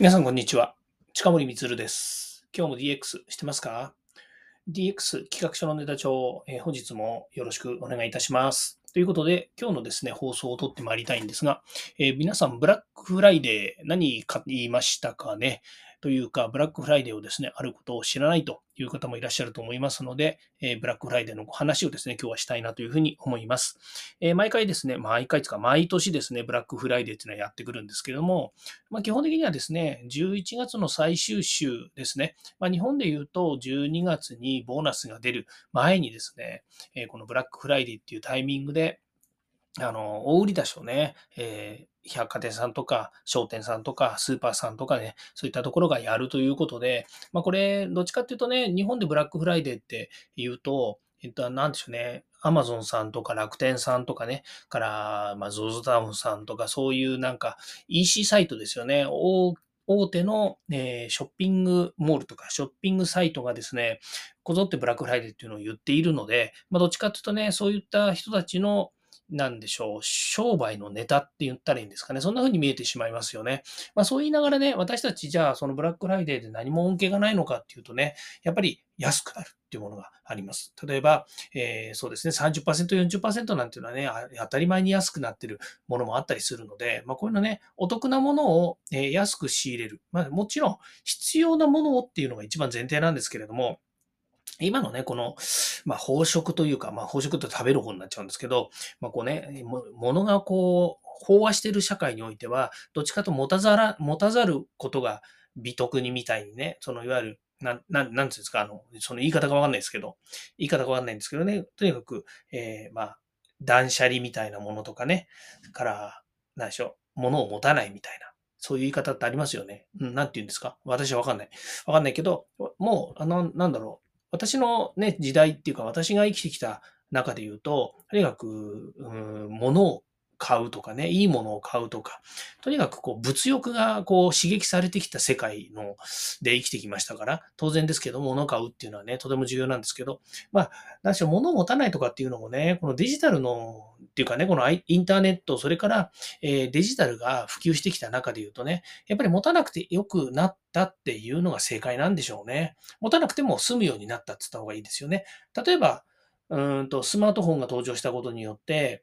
皆さん、こんにちは。近森光です。今日も DX してますか？ DX 企画書のネタ帳、本日もよろしくお願いいたします。ということで、今日のですね、放送をとってまいりたいんですが、皆さん、ブラックフライデー何買いましたかね？というか、ブラックフライデーをですね、あることを知らないという方もいらっしゃると思いますので、ブラックフライデーの話をですね、今日はしたいなというふうに思います。毎回ですね、毎回というか、毎年ですね、ブラックフライデーっていうのはやってくるんですけれども、基本的にはですね、11月の最終週ですね、日本で言うと12月にボーナスが出る前にですね、このブラックフライデーっていうタイミングで、大売り出しをね、百貨店さんとか商店さんとかスーパーさんとかね、そういったところがやるということで、これ、どっちかっていうとね、日本でブラックフライデーって言うと、なんでしょうね、アマゾンさんとか楽天さんとかね、から、ZOZO タウンさんとか、そういうなんか EC サイトですよね。大手の、ショッピングモールとかショッピングサイトがですね、こぞってブラックフライデーっていうのを言っているので、どっちかっていうとね、そういった人たちのなんでしょう、商売のネタって言ったらいいんですかね。そんな風に見えてしまいますよね。そう言いながらね、私たちじゃあそのブラックフライデーで何も恩恵がないのかっていうとね、やっぱり安くなるっていうものがあります。例えば、そうですね、30%、40%なんていうのはね、当たり前に安くなってるものもあったりするので、こういうのね、お得なものを安く仕入れる。もちろん必要なものをっていうのが一番前提なんですけれども、今のね、この、飽食というか、飽食って食べる方になっちゃうんですけど、こうね、物がこう、飽和している社会においては、どっちかと持たざることが美徳にみたいにね、そのいわゆる、なんていうんですか、その言い方がわかんないですけど、言い方がわかんないんですけどね、とにかく、断捨離みたいなものとかね、から、何でしょう、物を持たないみたいな、そういう言い方ってありますよね。うん、なんて言うんですか私はわかんない。わかんないけど、もう、なんだろう。私のね、時代っていうか、私が生きてきた中で言うと、とにかく、物を買うとかね、いいものを買うとか、とにかくこう物欲がこう刺激されてきた世界で生きてきましたから、当然ですけど、物を買うっていうのはね、とても重要なんですけど、何しろ物を持たないとかっていうのもね、このデジタルのっていうかね、このインターネット、それから、デジタルが普及してきた中で言うとね、やっぱり持たなくてよくなったっていうのが正解なんでしょうね。持たなくても済むようになったって言った方がいいですよね。例えば、スマートフォンが登場したことによって、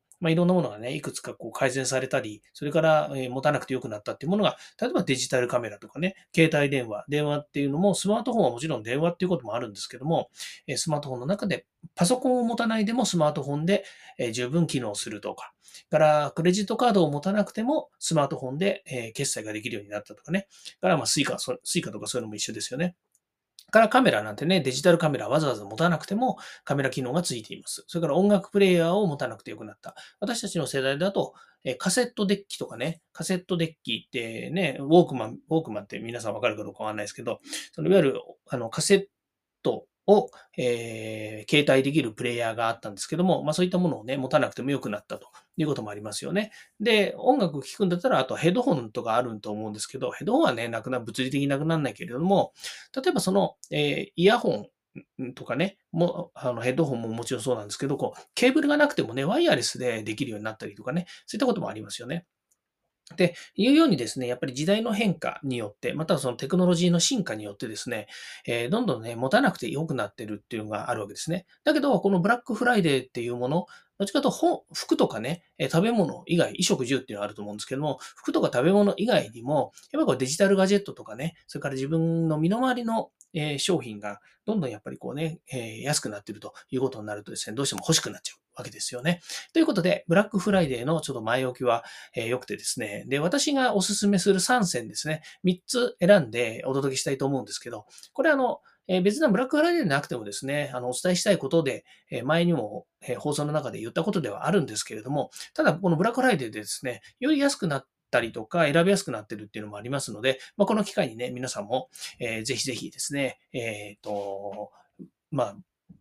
いろんなものがね、いくつかこう改善されたり、それから、持たなくてよくなったっていうものが、例えばデジタルカメラとかね、携帯電話っていうのも、スマートフォンはもちろん電話っていうこともあるんですけども、スマートフォンの中でパソコンを持たないでもスマートフォンで、十分機能するとか、からクレジットカードを持たなくてもスマートフォンで、決済ができるようになったとかね。からスイカとかそういうのも一緒ですよね。からカメラなんてね、デジタルカメラわざわざ持たなくてもカメラ機能がついています。それから音楽プレイヤーを持たなくてよくなった。私たちの世代だと、カセットデッキとかね、カセットデッキってね、ウォークマンって皆さんわかるかどうかわかんないですけど、そのいわゆるカセットを、携帯できるプレイヤーがあったんですけども、そういったものをね、持たなくてもよくなったということもありますよね。で、音楽聴くんだったら、あとヘッドホンとかあると思うんですけど、ヘッドホンはね、物理的になくならないけれども、例えばその、イヤホンとかね、ヘッドホンももちろんそうなんですけど、こう、ケーブルがなくてもね、ワイヤレスでできるようになったりとかね、そういったこともありますよね。で、いうようにですね、やっぱり時代の変化によって、またはそのテクノロジーの進化によってですね、どんどんね、持たなくて良くなってるっていうのがあるわけですね。だけど、このブラックフライデーっていうもの、どっちかというと服とかね、食べ物以外、衣食住っていうのがあると思うんですけども、服とか食べ物以外にも、やっぱりこうデジタルガジェットとかね、それから自分の身の回りの商品がどんどんやっぱりこうね、安くなっているということになるとですね、どうしても欲しくなっちゃうわけですよね。ということで、ブラックフライデーのちょっと前置きは、良くてですね。で、私がお勧めする3選ですね。3つ選んでお届けしたいと思うんですけど、これ別なブラックフライデーでなくてもですね、お伝えしたいことで、前にも、放送の中で言ったことではあるんですけれども、ただ、このブラックフライデーでですね、より安くなったりとか、選びやすくなってるっていうのもありますので、この機会にね、皆さんも、ぜひぜひですね、まあ、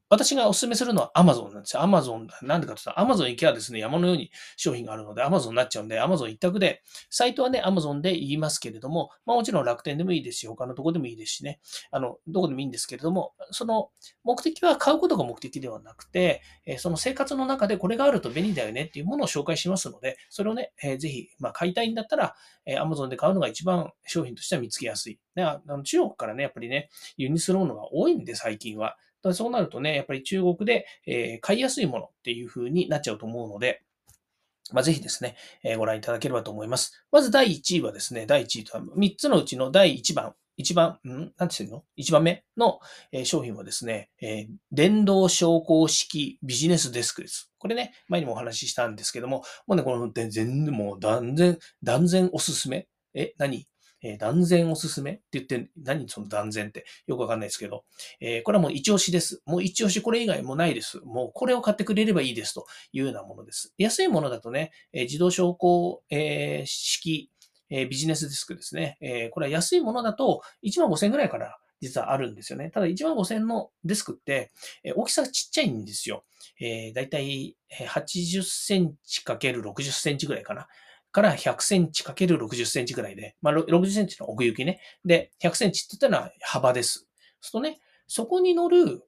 私がお勧めするのは Amazon なんですよ。Amazon、なんでかというと、Amazon 行けばですね、山のように商品があるので Amazon になっちゃうんで、Amazon 一択で、サイトはね、Amazon で言いますけれども、もちろん楽天でもいいですし、他のとこでもいいですしね、どこでもいいんですけれども、その目的は買うことが目的ではなくて、その生活の中でこれがあると便利だよねっていうものを紹介しますので、それをね、ぜひ、買いたいんだったら、Amazon で買うのが一番商品としては見つけやすい。ね、中国からね、やっぱりね、輸入するものが多いんで、最近は。そうなるとね、やっぱり中国で、買いやすいものっていう風になっちゃうと思うので、ぜひですね、ご覧いただければと思います。まず第1位はですね、第1位とは3つのうちの第1番、なんて言うの ?1 番目の、商品はですね、電動昇降式ビジネスデスクです。これね、前にもお話ししたんですけども、もうね、この全然もう断然おすすめ。何断然おすすめって言って、何その断然って。よくわかんないですけど、これはもう一押しです。もう一押しこれ以外もないです。もうこれを買ってくれればいいですというようなものです。安いものだとね、自動昇降、式、ビジネスデスクですね。これは安いものだと1万5千円ぐらいから実はあるんですよね。ただ1万5千円のデスクって、大きさがちっちゃいんですよ。だいたい80センチ ×60 センチぐらいかな。から100センチ ×60 センチぐらいで、60センチの奥行きね。で、100センチって言ったら幅です。そうするとね、そこに乗る、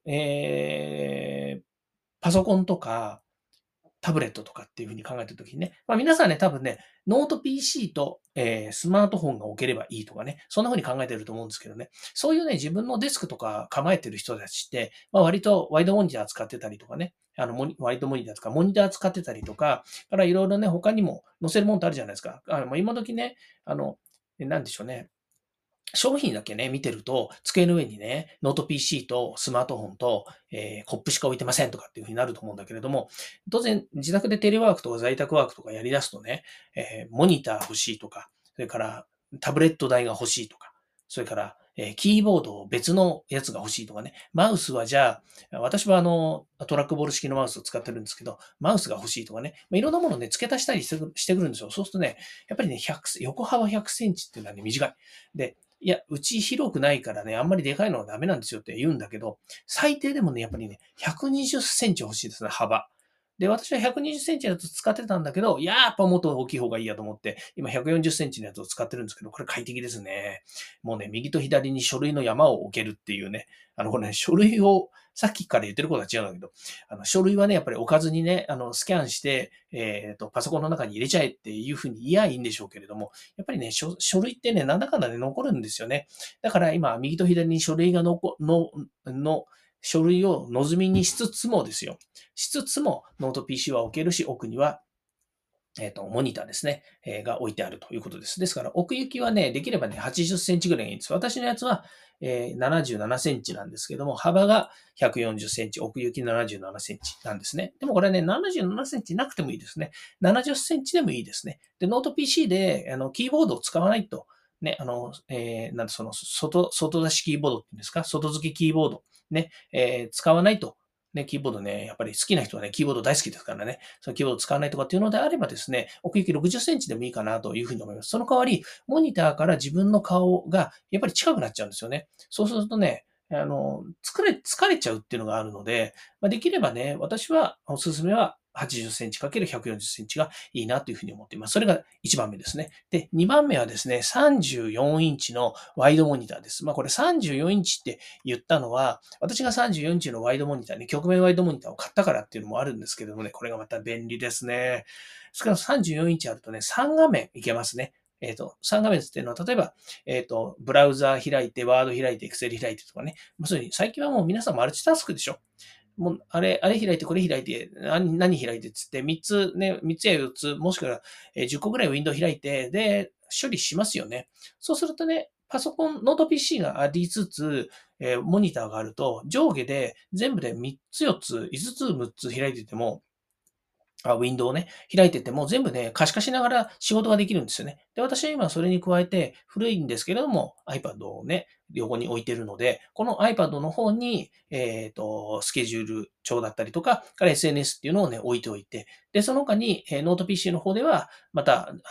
パソコンとか、タブレットとかっていう風に考えたときにね、皆さんね、多分ね、ノート PC と、スマートフォンが置ければいいとかね、そんな風に考えてると思うんですけどね、そういうね、自分のデスクとか構えてる人たちって、割とワイドモニター使ってたりとかね、ワイドモニターとか、モニター使ってたりとか、からいろいろね、他にも載せるものってあるじゃないですか。今時ね、なんでしょうね、商品だけね、見てると、机の上にね、ノート PC とスマートフォンと、コップしか置いてませんとかっていう風になると思うんだけれども、当然、自宅でテレワークとか在宅ワークとかやり出すとね、モニター欲しいとか、それからタブレット台が欲しいとか、それから、キーボード別のやつが欲しいとかね、マウスはじゃあ、私はトラックボール式のマウスを使ってるんですけど、マウスが欲しいとかね、いろんなものをね、付け足したりしてくるんですよ。そうするとね、やっぱりね、横幅100センチっていうのはね、短い。で、いや、うち広くないからね、あんまりでかいのはダメなんですよって言うんだけど、最低でもね、やっぱりね、120センチ欲しいですね、幅。で、私は120センチのやつ使ってたんだけど、やっぱもっと大きい方がいいやと思って、今140センチのやつを使ってるんですけど、これ快適ですね。もうね、右と左に書類の山を置けるっていうね、これね、書類を、さっきから言ってることは違うんだけど、書類はね、やっぱり置かずにね、スキャンして、パソコンの中に入れちゃえっていうふうに言やいいんでしょうけれども、やっぱりね、書類ってね、なんだかんだで残るんですよね。だから今、右と左に書類が書類を望みにしつつもですよ。しつつも、ノート PC は置けるし、奥にはモニターですね、が置いてあるということです。ですから、奥行きはね、できればね、80センチぐらいがいいんです。私のやつは、77センチなんですけども、幅が140センチ、奥行き77センチなんですね。でもこれね、77センチなくてもいいですね。70センチでもいいですね。で、ノート PC で、キーボードを使わないと、ね、なんでその、外出しキーボードっていうんですか、外付けキーボード、ね、使わないとね、キーボードね、やっぱり好きな人はね、キーボード大好きですからね、そのキーボード使わないとかっていうのであればですね、奥行き60センチでもいいかなというふうに思います。その代わり、モニターから自分の顔がやっぱり近くなっちゃうんですよね。そうするとね、疲れちゃうっていうのがあるので、できればね、私はおすすめは80センチ ×140 センチがいいなというふうに思っています。それが1番目ですね。で、2番目はですね、34インチのワイドモニターです。これ34インチって言ったのは、私が34インチのワイドモニターね、曲面ワイドモニターを買ったからっていうのもあるんですけどもね、これがまた便利ですね。しかも34インチあるとね、3画面いけますね。3画面っていうのは、例えば、ブラウザー開いて、ワード開いて、エクセル開いてとかね。そういう最近はもう皆さんマルチタスクでしょ。もう、あれ開いて、これ開いて、何開いてっつって、3つね、3つや4つ、もしくは10個ぐらいウィンドウ開いて、で、処理しますよね。そうするとね、パソコン、ノート PC がありつつ、モニターがあると、上下で全部で3つ4つ、5つ6つ開いてても、ウィンドウをね、開いてても全部ね、可視化しながら仕事ができるんですよね。で、私は今それに加えて、古いんですけれども、iPad をね、横に置いてるので、この iPad の方に、スケジュール帳だったりとか、から SNS っていうのをね、置いておいて、で、その他に、ノート PC の方では、また、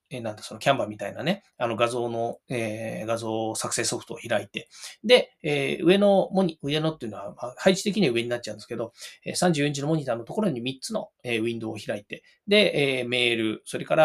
なんだ、そのキャンバーみたいなね、画像作成ソフトを開いて、で、上のっていうのは、配置的には上になっちゃうんですけど、34インチのモニターのところに3つの、ウィンドウを開いて、で、メール、それから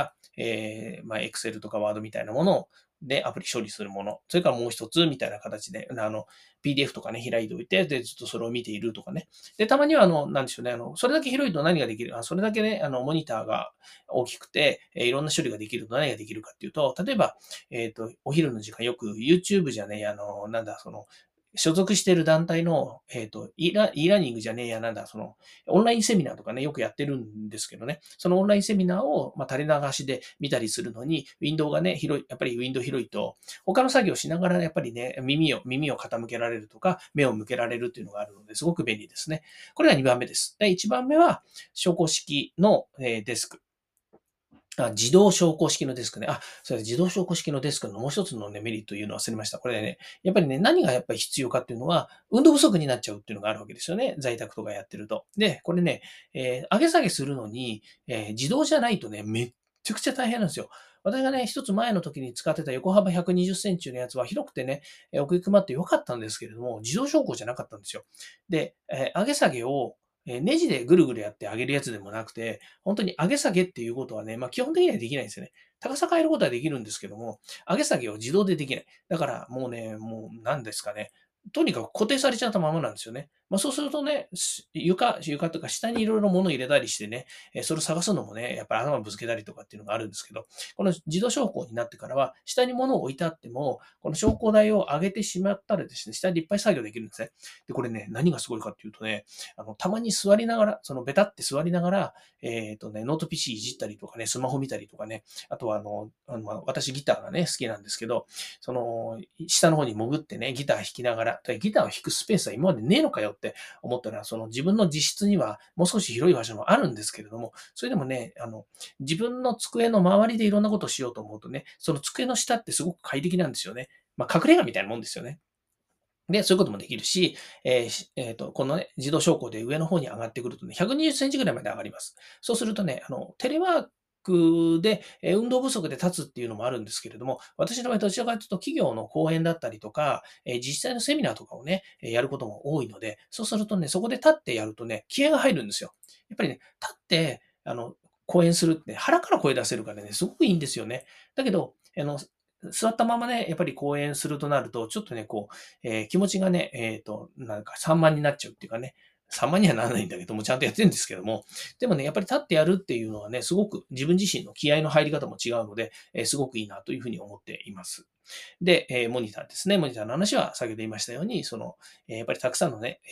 、Excel とか Word みたいなものを、で、アプリ処理するもの、それからもう一つみたいな形で、PDF とかね、開いておいて、で、ずっとそれを見ているとかね。で、たまには、なんでしょうね、それだけ広いと何ができるそれだけね、モニターが大きくて、いろんな処理ができると何ができるかっていうと、例えば、お昼の時間よく YouTube じゃねえや、所属している団体の、e ラーニングじゃねえや、オンラインセミナーとかね、よくやってるんですけどね、そのオンラインセミナーを、垂れ流しで見たりするのに、ウィンドウがね、やっぱりウィンドウ広いと、他の作業しながらやっぱりね、耳を傾けられるとか、目を向けられるっていうのがあるので、すごく便利ですね。これが2番目です。で、1番目は、昇降式の、デスク。自動昇降式のデスクね。それ自動昇降式のデスクのもう一つのね、メリットというのを忘れました。これね、やっぱりね、何がやっぱり必要かっていうのは、運動不足になっちゃうっていうのがあるわけですよね。在宅とかやってると。で、これね、上げ下げするのに、自動じゃないとね、めっちゃくちゃ大変なんですよ。私がね、一つ前の時に使ってた横幅120センチのやつは広くてね、奥行きもあって良かったんですけれども、自動昇降じゃなかったんですよ。で、上げ下げをネジでぐるぐるやって上げるやつでもなくて、本当に上げ下げっていうことはね、基本的にはできないんですよね。高さ変えることはできるんですけども、上げ下げを自動でできない。だからもうね、もう何ですかね。とにかく固定されちゃったままなんですよね。そうするとね、床とか下にいろいろ物を入れたりしてね、それを探すのもね、やっぱり頭ぶつけたりとかっていうのがあるんですけど、この自動昇降になってからは、下に物を置いてあっても、この昇降台を上げてしまったらですね、下でいっぱい作業できるんですね。で、これね、何がすごいかっていうとね、たまに座りながら、ベタって座りながら、ノート PC いじったりとかね、スマホ見たりとかね、あとは私ギターがね、好きなんですけど、下の方に潜ってね、ギター弾きながら、ギターを弾くスペースは今までねえのかよって思ったら、自分の自室にはもう少し広い場所もあるんですけれども、それでもね、自分の机の周りでいろんなことをしようと思うとね、その机の下ってすごく快適なんですよね。隠れ家みたいなもんですよね。で、そういうこともできるし、このね、自動昇降で上の方に上がってくるとね、120センチぐらいまで上がります。そうするとね、テレワークで、運動不足で立つっていうのもあるんですけれども、私の場合どちらかというと企業の講演だったりとか、実際のセミナーとかをね、やることも多いので、そうするとね、そこで立ってやるとね、気合が入るんですよ。やっぱりね、立って、講演するって腹から声出せるからね、すごくいいんですよね。だけど、座ったままね、やっぱり講演するとなると、ちょっとね、気持ちがね、なんか散漫になっちゃうっていうかね、散漫にはならないんだけども、ちゃんとやってるんですけども、でもね、やっぱり立ってやるっていうのはね、すごく自分自身の気合の入り方も違うので、すごくいいなというふうに思っています。で、モニターですね。モニターの話は先ほど言いましたように、やっぱりたくさんのね、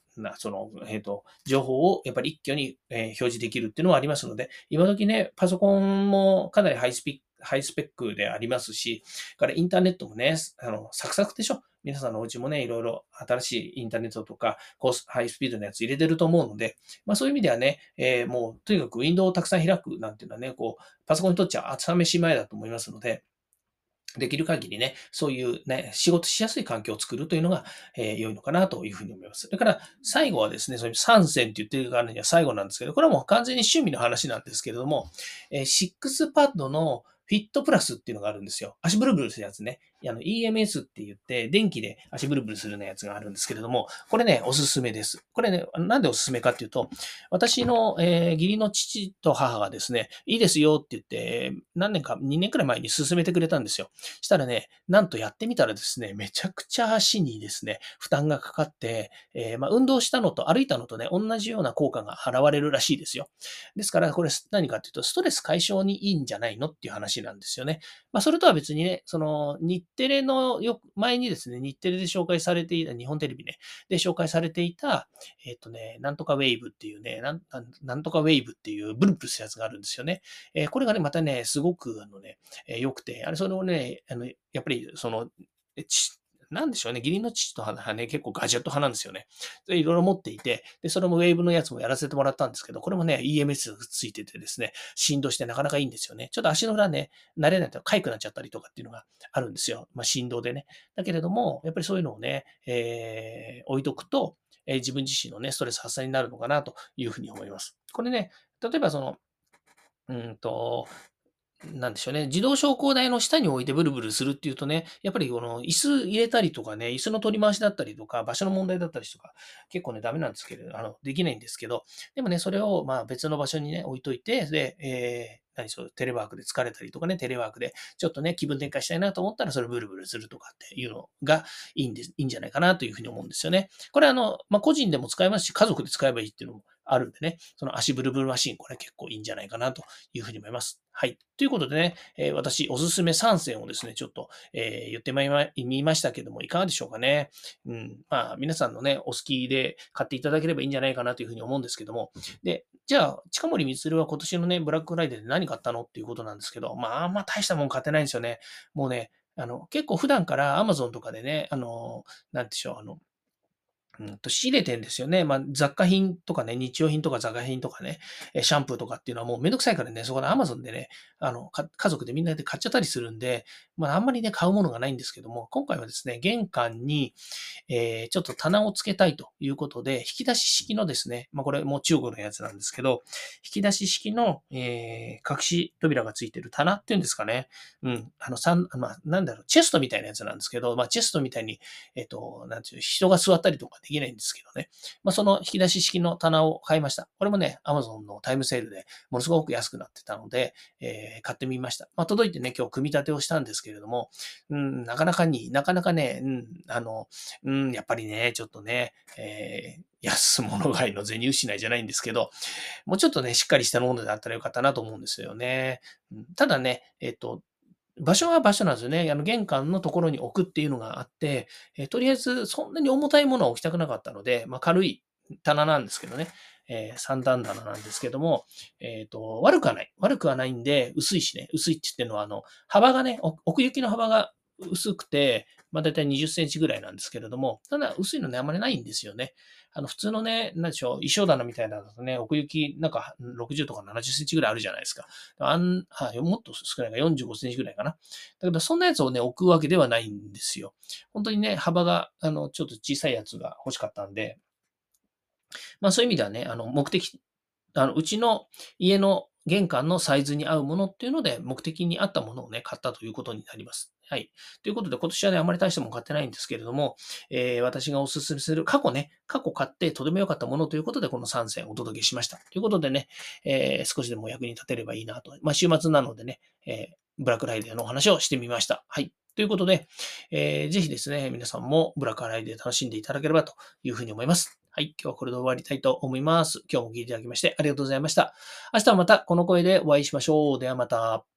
情報をやっぱり一挙に、表示できるっていうのはありますので、今時ね、パソコンもかなりハイスペックでありますし、からインターネットもね、サクサクでしょ。皆さんのお家もね、いろいろ新しいインターネットとか、ハイスピードのやつ入れてると思うので、そういう意味ではね、もうとにかくウィンドウをたくさん開くなんていうのはね、パソコンにとっちゃ朝飯前だと思いますので、できる限りね、そういうね、仕事しやすい環境を作るというのが、良いのかなというふうに思います。それから最後はですね、そういう3選って言ってるからには最後なんですけど、これはもう完全に趣味の話なんですけれども、シックスパッドのフィットプラスっていうのがあるんですよ。足ブルブルするやつね。EMS って言って、電気で足ブルブルするようなやつがあるんですけれども、これね、おすすめです。これね、なんでおすすめかっていうと、私の、義理の父と母がですね、いいですよって言って、何年か、2年くらい前に勧めてくれたんですよ。したらね、なんとやってみたらですね、めちゃくちゃ足にですね、負担がかかって、運動したのと歩いたのとね、同じような効果が払われるらしいですよ。ですから、これ何かっていうと、ストレス解消にいいんじゃないのっていう話なんですよね。それとは別にね、日テレの前にですね、日テレで紹介されていた、日本テレビね、で紹介されていた、なんとかウェイブっていうね、なんとかウェイブっていうブルブルするやつがあるんですよね。これがね、またね、すごく良くて、それをね、やっぱりえちなんでしょうね、義理の父と母はね、結構ガジェット派なんですよね。でいろいろ持っていて、で、それもウェーブのやつもやらせてもらったんですけど、これもね、EMS がついててですね、振動してなかなかいいんですよね。ちょっと足の裏ね、慣れないと痒くなっちゃったりとかっていうのがあるんですよ。振動でね。だけれども、やっぱりそういうのをね、置いとくと、自分自身のね、ストレス発散になるのかなというふうに思います。これね、例えばうんと、 なんでしょうね、自動昇降台の下に置いてブルブルするっていうとね、やっぱりこの椅子入れたりとかね、椅子の取り回しだったりとか、場所の問題だったりとか、結構ね、ダメなんですけれど、できないんですけど、でもね、それをまあ別の場所にね、置いといて、で、何しろテレワークで疲れたりとかね、テレワークでちょっとね、気分転換したいなと思ったら、それをブルブルするとかっていうのがいいんじゃないかなというふうに思うんですよね。これまあ個人でも使えますし、家族で使えばいいっていうのもあるんでね、その足ブルブルマシン、これ結構いいんじゃないかなというふうに思います。はい。ということでね、私、おすすめ3選をですね、ちょっと、言ってみましたけども、いかがでしょうかね。うん。まあ、皆さんのね、お好きで買っていただければいいんじゃないかなというふうに思うんですけども。で、じゃあ、近森光は今年のね、ブラックフライデーで何買ったのっていうことなんですけど、まあ、あんま大したもん買ってないんですよね。もうね、結構普段から Amazon とかでね、なんでしょう、仕入れてんですよね。まあ、雑貨品とかね、日用品とか雑貨品とかね、シャンプーとかっていうのはもうめんどくさいからね、そこで Amazon でね、家族でみんなで買っちゃったりするんで、まあ、あんまりね、買うものがないんですけども、今回はですね、玄関に、ちょっと棚を付けたいということで、引き出し式のですね、まあ、これもう中国のやつなんですけど、引き出し式の、隠し扉が付いてる棚っていうんですかね。うん。まあ、なんだろう、チェストみたいなやつなんですけど、まあ、チェストみたいになんていう、人が座ったりとかできないんですけどね。まあ、その引き出し式の棚を買いました。これもね、Amazon のタイムセールでものすごく安くなってたので、買ってみました。まあ、届いてね、今日組み立てをしたんですけれども、なかなかね、やっぱりね、ちょっとね、安物買いの銭失いじゃないんですけど、もうちょっとね、しっかりしたものであったらよかったなと思うんですよね。ただね、場所は場所なんですよね。玄関のところに置くっていうのがあって、とりあえずそんなに重たいものは置きたくなかったので、まあ、軽い棚なんですけどね。三段棚なんですけども、悪くはない。悪くはないんで、薄いしね。薄いって言ってるのは、幅がね、奥行きの幅が薄くて、まあ、だいたい20センチぐらいなんですけれども、ただ薄いのね、あんまりないんですよね。普通のね、なんでしょう、衣装棚みたいなのだとね、奥行きなんか60とか70センチぐらいあるじゃないですか。はい、もっと少ないか、45センチぐらいかな。だけど、そんなやつをね、置くわけではないんですよ。本当にね、幅が、ちょっと小さいやつが欲しかったんで、まあそういう意味ではね、うちの家の玄関のサイズに合うものっていうので、目的に合ったものをね、買ったということになります。はい。ということで、今年はね、あまり大したもの買ってないんですけれども、私がお勧めする、過去買ってとても良かったものということで、この3選お届けしました。ということでね、少しでも役に立てればいいなと。まあ、週末なのでね、ブラックフライデーのお話をしてみました。はい。ということで、ぜひですね、皆さんもブラックフライデー楽しんでいただければというふうに思います。はい。今日はこれで終わりたいと思います。今日も聞いていただきましてありがとうございました。明日はまたこの声でお会いしましょう。ではまた。